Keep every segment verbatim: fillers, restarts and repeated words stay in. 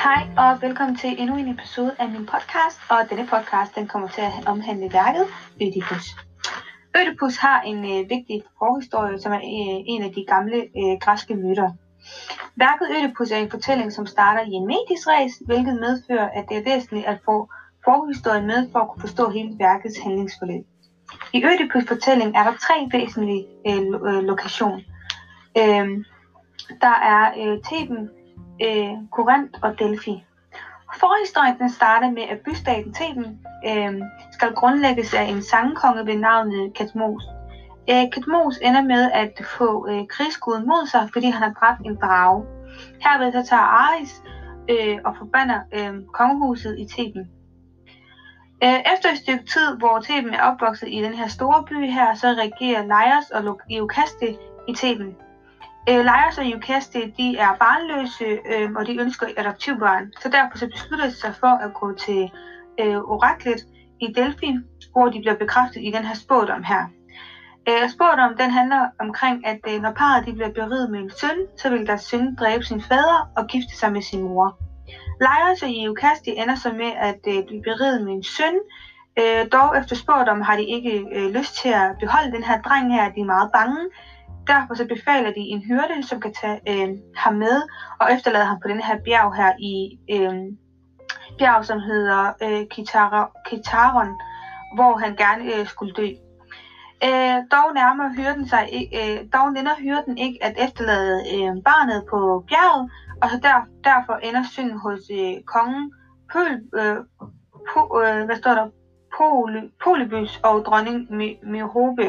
Hej og velkommen til endnu en episode af min podcast, og denne podcast den kommer til at omhandle værket Ødipus. Ødipus har en øh, vigtig forhistorie, som er øh, en af de gamle øh, græske myter. Værket Ødipus er en fortælling, som starter i en mediesræs, hvilket medfører, at det er væsentligt at få forhistorien med for at kunne forstå hele værkets handlingsforløb. I Ødipus fortælling er der tre væsentlige øh, lo- øh, lokationer. Øh, der er øh, Theben, øh, Korinth og Delphi. Forhistorien den starter med, at bystaten Theben øh, skal grundlægges af en sangkonge ved navnet Kadmos. Øh, Kadmos ender med at få øh, krigsguden mod sig, fordi han har dræbt en drage. Herved så tager Ares øh, og forbander øh, kongehuset i Theben. Øh, efter et stykke tid, hvor Theben er opvokset i den her store by her, så regerer Laios og Iokaste i Theben. Øh, Laios og Iokaste, de er barnløse, øh, og de ønsker et adoptivbarn, så derfor så beslutter de sig for at gå til øh, oraklet i Delphi, hvor de bliver bekræftet i den her spådom her. Øh, spådom den handler omkring, at øh, når parret de bliver beriget med en søn, så vil deres søn dræbe sin fader og gifte sig med sin mor. Laios og Iokaste ender så med at øh, blive beriget med en søn, øh, dog efter spådom har de ikke øh, lyst til at beholde den her dreng her, de er meget bange. Derfor så befaler de en hyrde, som kan tage øh, ham med og efterlade ham på den her bjerg her i øh, bjerg, som hedder øh, Kitaron, hvor han gerne øh, skulle dø. Øh, dog nærmer hyrden sig øh, dog nænner hyrden ikke at efterlade øh, barnet på bjerget, og så der, derfor ender synden hos øh, kongen Pøl, øh, po, øh, hvad står der? Poly, Polybus og dronning Merope.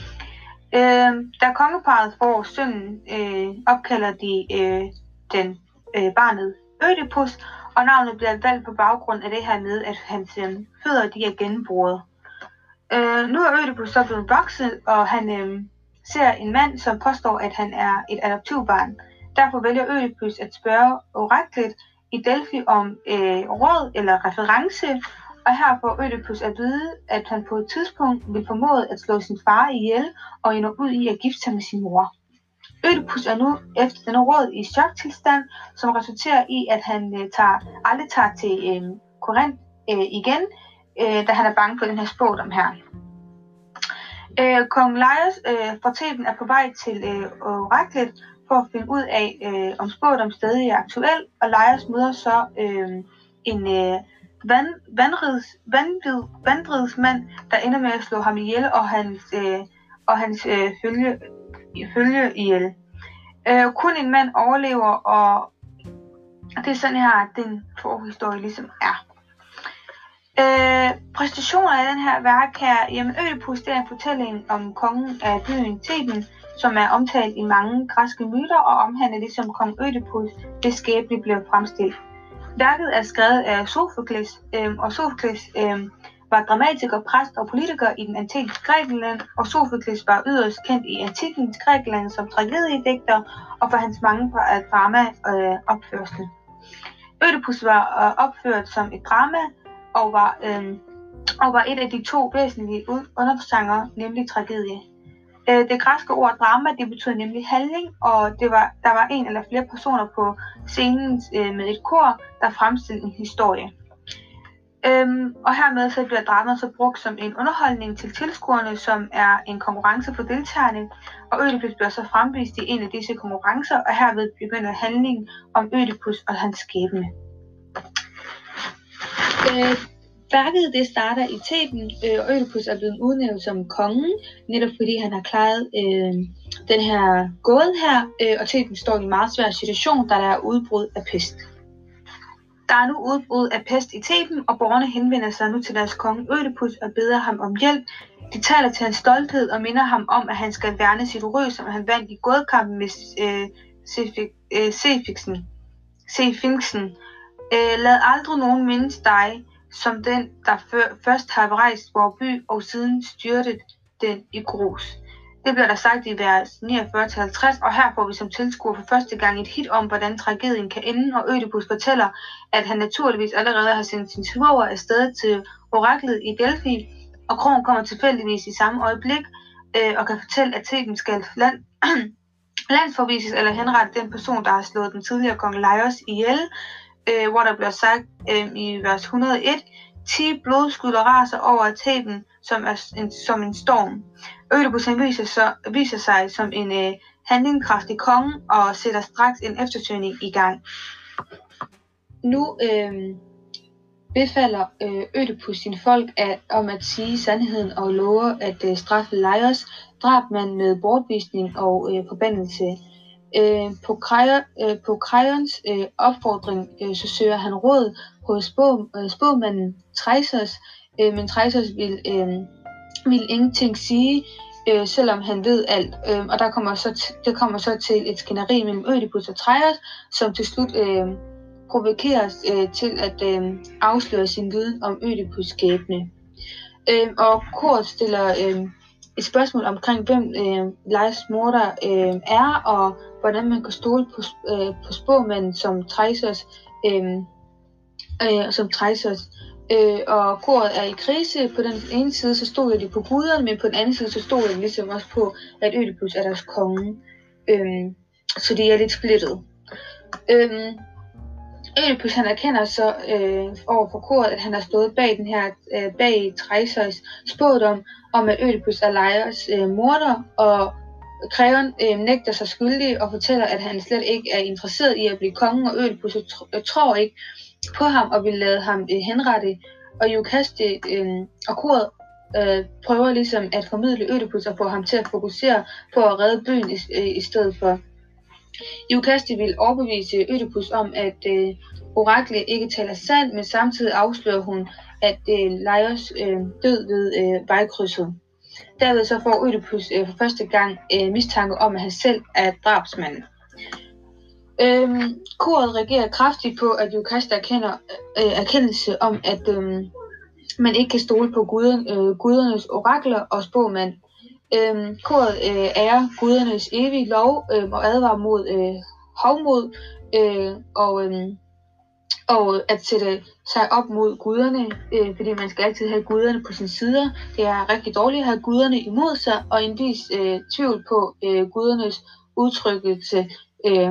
Øh, da kongeparret får sønnen, øh, opkalder de øh, den øh, barnet Ødipus, og navnet bliver valgt på baggrund af det her med, at hans øh, fødder de er gennemboret. Øh, nu er Ødipus så blevet voksen, og han øh, ser en mand, som påstår, at han er et adoptivbarn. Derfor vælger Ødipus at spørge oraklet i Delphi om øh, råd eller reference, og her får Ødipus at vide, at han på et tidspunkt vil formode at slå sin far ihjel og ender ud i at gifte sig med sin mor. Ødipus er nu efter denne råd i choktilstand, som resulterer i, at han øh, tager, aldrig tager til øh, Korinth øh, igen, øh, da han er bange for den her spådom her. Øh, Kong Laios øh, fra Theben er på vej til øh, oraklet for at finde ud af, øh, om spådom stadig er aktuel, og Laios møder så øh, en øh, Vand, vandrids, vandrid, vandridsmand, der ender med at slå ham ihjel og hans, øh, og hans øh, følge, følge ihjel. Øh, kun en mand overlever, og det er sådan her, den forhistorie ligesom er. Øh, præstationer af den her værk her, jamen Ødipus det er en fortælling om kongen af byen Theben, som er omtalt i mange græske myter og omhandler ligesom kong Ødipus, det skæbne blev fremstillet. Værket er skrevet af Sofokles, øh, og Sofokles øh, var dramatiker, præst og politiker i den antikke Grækenland, og Sofokles var yderst kendt i antikkens Grækenland som tragediedigter og for hans mange drama-opførsel. Øh, Ødipus var øh, opført som et drama og var, øh, og var et af de to væsentlige undergenrer, nemlig tragedie. Det græske ord drama, det betyder nemlig handling, og det var, der var en eller flere personer på scenen øh, med et kor, der fremstillede en historie. Øhm, og hermed så bliver drama så brugt som en underholdning til tilskuerne, som er en konkurrence for deltagerne, og Ødipus bliver så fremvist i en af disse konkurrencer, og herved begynder handlingen om Ødipus og hans skæbne. Øh, Værket det starter i Theben, øh, og Ødipus er blevet udnævnt som kongen, netop fordi han har klaret øh, den her gåde her, øh, og Theben står i en meget svær situation, da der er udbrud af pest. Der er nu udbrud af pest i Theben, og borgerne henvender sig nu til deres konge Ødipus og beder ham om hjælp. De taler til hans stolthed og minder ham om, at han skal værne sit røg, som han vandt i gådekampen med øh, Sefixen. Sefixen. Øh, lad aldrig nogen mindes dig, som den, der før, først har rejst vores by og siden styrtet den i grus. Det bliver der sagt i vers niogfyrre til halvtreds, og her får vi som tilskuer for første gang et hit om, hvordan tragedien kan ende, og Ødipus fortæller, at han naturligvis allerede har sendt sin svoger afsted til oraklet i Delphi, og krogen kommer tilfældigvis i samme øjeblik, øh, og kan fortælle, at Theben skal land, landsforvises eller henrette den person, der har slået den tidligere kong Laios ihjel. øh, hvor der bliver sagt øh, i vers et hundrede og et, ti blodskud raser over Theben som, er en, som en storm. Ødipus han viser, så, viser sig som en øh, handlingkraftig konge og sætter straks en eftersøgning i gang. Nu øh, befalder øh, Ødipus sine folk at, om at sige sandheden og lover at øh, straffe Laios, drabmand med bortvisning og øh, forbandelse. Øh, på, Krejer, øh, på Krejons øh, opfordring øh, så søger han råd hos spå, øh, spåmanden Traisos, øh, men Traisos vil, øh, vil ingenting sige, øh, selvom han ved alt. Øh, og der kommer så t- det kommer så til et skænderi mellem Ødipus og Traios, som til slut øh, provokeres øh, til at øh, afsløre sin viden om Ødipus skæbne. Øh, og Kort stiller øh, et spørgsmål omkring, hvem øh, Laios morder øh, er, og hvordan man kan stole på, øh, på spåmanden som Traisos, øh, øh, som Traisos. Øh, og koret er i krise. På den ene side så stoler de på guderne, men på den anden side så stoler de ligesom også på, at Ødipus er deres konge. Øh, så de er lidt splittet. Øh, Ødipus han erkender så øh, over for koret, at han har stået bag den her øh, bag Traisos spådom om, at Ødipus er Laios øh, morder, og Kreon øh, nægter sig skyldig og fortæller, at han slet ikke er interesseret i at blive konge, og Ødipus tr- tror ikke på ham og vil lade ham øh, henrette. Og Iokaste øh, og koret øh, prøver ligesom at formidle Ødipus og få ham til at fokusere på at redde byen i, øh, i stedet for. Iokaste vil overbevise Ødipus om, at øh, oraklet ikke taler sandt, men samtidig afslører hun, at øh, Laios øh, død ved øh, vejkrydset. Derved så får Ødipus øh, for første gang øh, mistanke om, at han selv er drabsmanden. Øhm, koret reagerer kraftigt på, at Iokaste erkender øh, erkendelse om, at øh, man ikke kan stole på guden, øh, gudernes orakler og spåmand. Øhm, koret øh, er gudernes evige lov øh, og advarer mod øh, hovmod øh, og, øh, og at sætte sig op mod guderne, øh, fordi man skal altid have guderne på sine sider. Det er rigtig dårligt at have guderne imod sig, og en vis øh, tvivl på øh, gudernes udtrykkelse. Øh,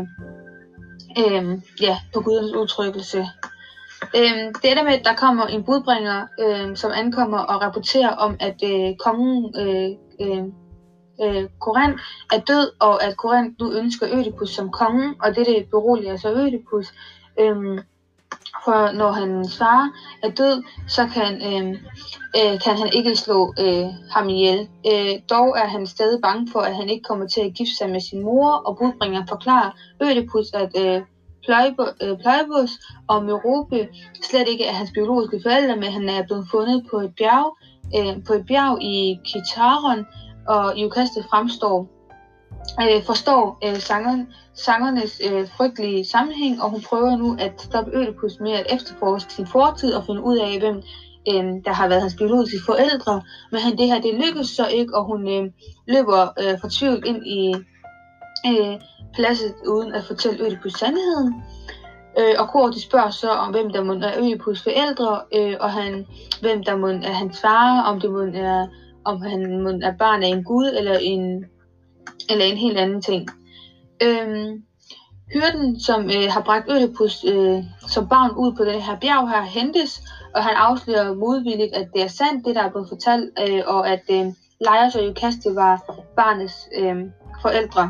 øh, ja, på gudernes udtrykkelse. Øh, det er der med, at der kommer en budbringer, øh, som ankommer og rapporterer om, at øh, kongen øh, øh, øh, Korint er død, og at Korint nu ønsker Ødipus som konge, og det det beroliger så Ødipus. Øh, For når hans far er død, så kan, øh, øh, kan han ikke slå øh, ham ihjel. Øh, dog er han stadig bange for, at han ikke kommer til at gifte sig med sin mor, og budbringeren forklarer Ødipus, at øh, Pleibos og Merope slet ikke er hans biologiske forældre, men han er blevet fundet på et bjerg, øh, på et bjerg i Kitaron, og Iokaste fremstår Øh, forstår øh, sangeren, sangernes øh, frygtelige sammenhæng, og hun prøver nu at stoppe Ødipus med at efterforske sin fortid og finde ud af, hvem øh, der har været hans biologiske forældre. Men han, det her det lykkes så ikke, og hun øh, løber øh, fortvivlet ind i øh, pladset uden at fortælle Ødipus sandheden. Øh, og koret spørger så om, hvem der må er Ødipus forældre, øh, og han, hvem der må er hans far, om det må er, om han må er barn af en gud eller en eller en helt anden ting. Øhm, hyrden, som øh, har bragt Ødipus øh, som barn ud på det her bjerg her, hentes, og han afslører modvilligt, at det er sandt, det der er blevet fortalt, øh, og at øh, Laios og Iokaste var barnets øh, forældre.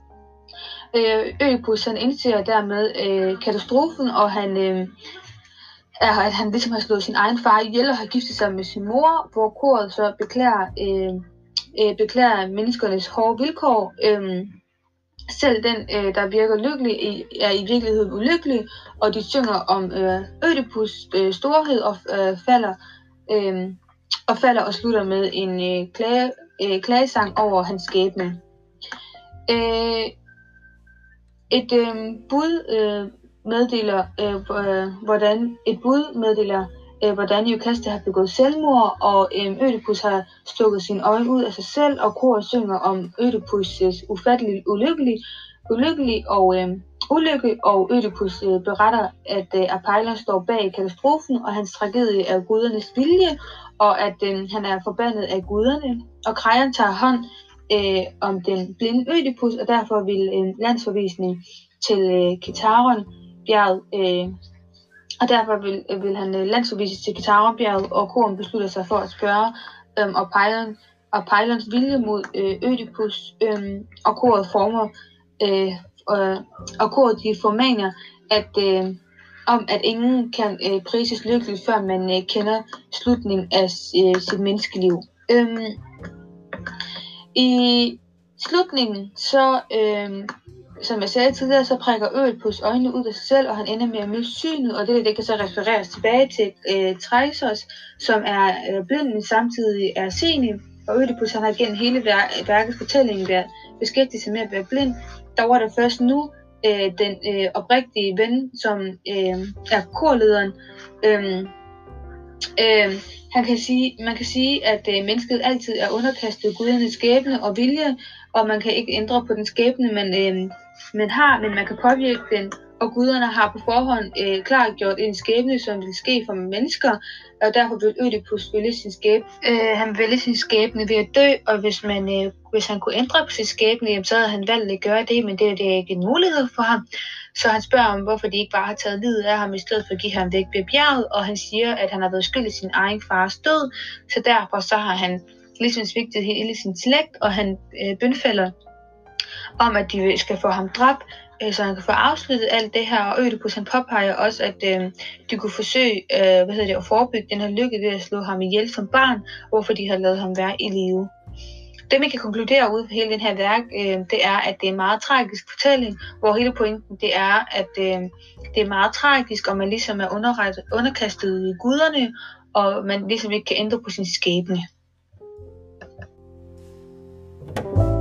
Øh, Ødipus han indser dermed øh, katastrofen, og han øh, er, at han ligesom har slået sin egen far ihjel og har giftet sig med sin mor, hvor koret så beklager øh, Øh, beklager menneskernes hårde vilkår. Øhm, selv den, øh, der virker lykkelig, er i virkeligheden ulykkelig, og de synger om øh, Ødipus øh, storhed og øh, falder øh, og falder og slutter med en øh, klage, øh, klagesang over hans skæbne. Øh, et øh, bud øh, meddeler, øh, hvordan et bud meddeler hvordan Iokaste har begået selvmord, og øh, Ødipus har stukket sine øjne ud af sig selv, og koret synger om Ødipus' ufattelig ulykkelig, ulykkelig og øh, ulykke, og Ødipus øh, beretter, at øh, Apollon står bag katastrofen, og hans tragedie er gudernes vilje, og at øh, han er forbandet af guderne, og Kreon tager hånd øh, om den blinde Ødipus, og derfor vil en landsforvisning til øh, Kitaron bjerget øh, Og derfor vil, vil han øh, landsforvise til Kitaravbjerget, og koren beslutter sig for at spørge øhm, og Pejlon og Pejlons vilje mod øh, Ødipus, øhm, og koret former øh, øh, og koret de formaner at øh, om at ingen kan øh, prises lykkelig, før man øh, kender slutningen af øh, sit menneskeliv. Øhm, I slutningen så øh, som jeg sagde tidligere, så prikker Ødipus øjnene ud af sig selv, og han ender med at miste synet, og det, det kan så refereres tilbage til øh, Thrasos, som er øh, blind, men samtidig er seende, og Ødipus han har gennem hele vær- værkets fortælling været beskæftiget sig med at være blind. Der var det først nu øh, den øh, oprigtige ven, som øh, er korlederen. Øh, øh, han kan sige, man kan sige, at øh, mennesket altid er underkastet gudernes skæbne og vilje, og man kan ikke ændre på den skæbne, man, øh, man har, men man kan påvirke den, og guderne har på forhånd øh, klargjort en skæbne, som vil ske for mennesker, og derfor vil Ødipus vælge sin skæbne. Øh, han vælge sin skæbne ved at dø, og hvis, man, øh, hvis han kunne ændre på sin skæbne, jamen, så havde han valgt at gøre det, men det, det er ikke en mulighed for ham. Så han spørger om, hvorfor de ikke bare har taget livet af ham, i stedet for at give ham væk ved bjerget, og han siger, at han har været skyld i sin egen fars død, så derfor så har han ligesom svigtet hele sin slægt, og han øh, bønfalder om, at de skal få ham dræbt, øh, så han kan få afsluttet alt det her, og Ødipus han påpeger også, at øh, de kunne forsøge øh, hvad hedder det, at forebygge den her lykke ved at slå ham ihjel som barn, hvorfor de har lavet ham være i live. Det, man kan konkludere ud fra hele den her værk, øh, det er, at det er en meget tragisk fortælling, hvor hele pointen det er, at øh, det er meget tragisk, og man ligesom er underkastet guderne, og man ligesom ikke kan ændre på sin skæbne.